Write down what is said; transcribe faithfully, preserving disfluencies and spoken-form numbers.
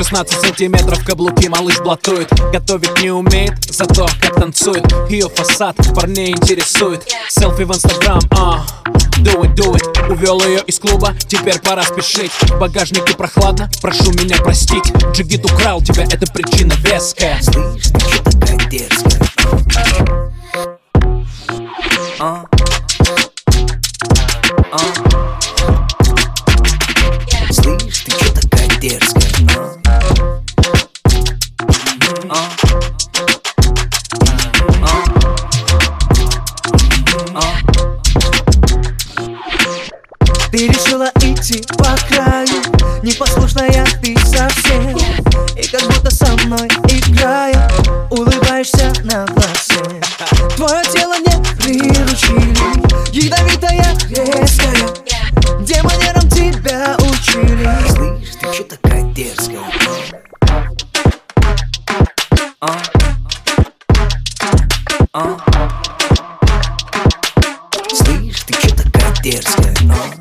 шестнадцать сантиметров каблуки малыш блатует. Готовить не умеет, зато как танцует. Ее фасад парней интересует. Селфи в инстаграм, а do it, do it. Увел ее из клуба, теперь пора спешить. В багажнике прохладно, прошу меня простить. Джигит украл тебя, это причина веская. Слышь, ты чё такая дерзкая? А? А? Слышь, ты чё такая дерзкая? А? А? А? Ты решила идти по краю, непослушная ты совсем. И как будто со мной играя, улыбаешься на глазе. Твое тело не приручили, ядовитая, резкая. Где манерам тебя учили? Слышь, ты чё такая дерзкая? А? А? Слышь, ты чё такая дерзкая? А?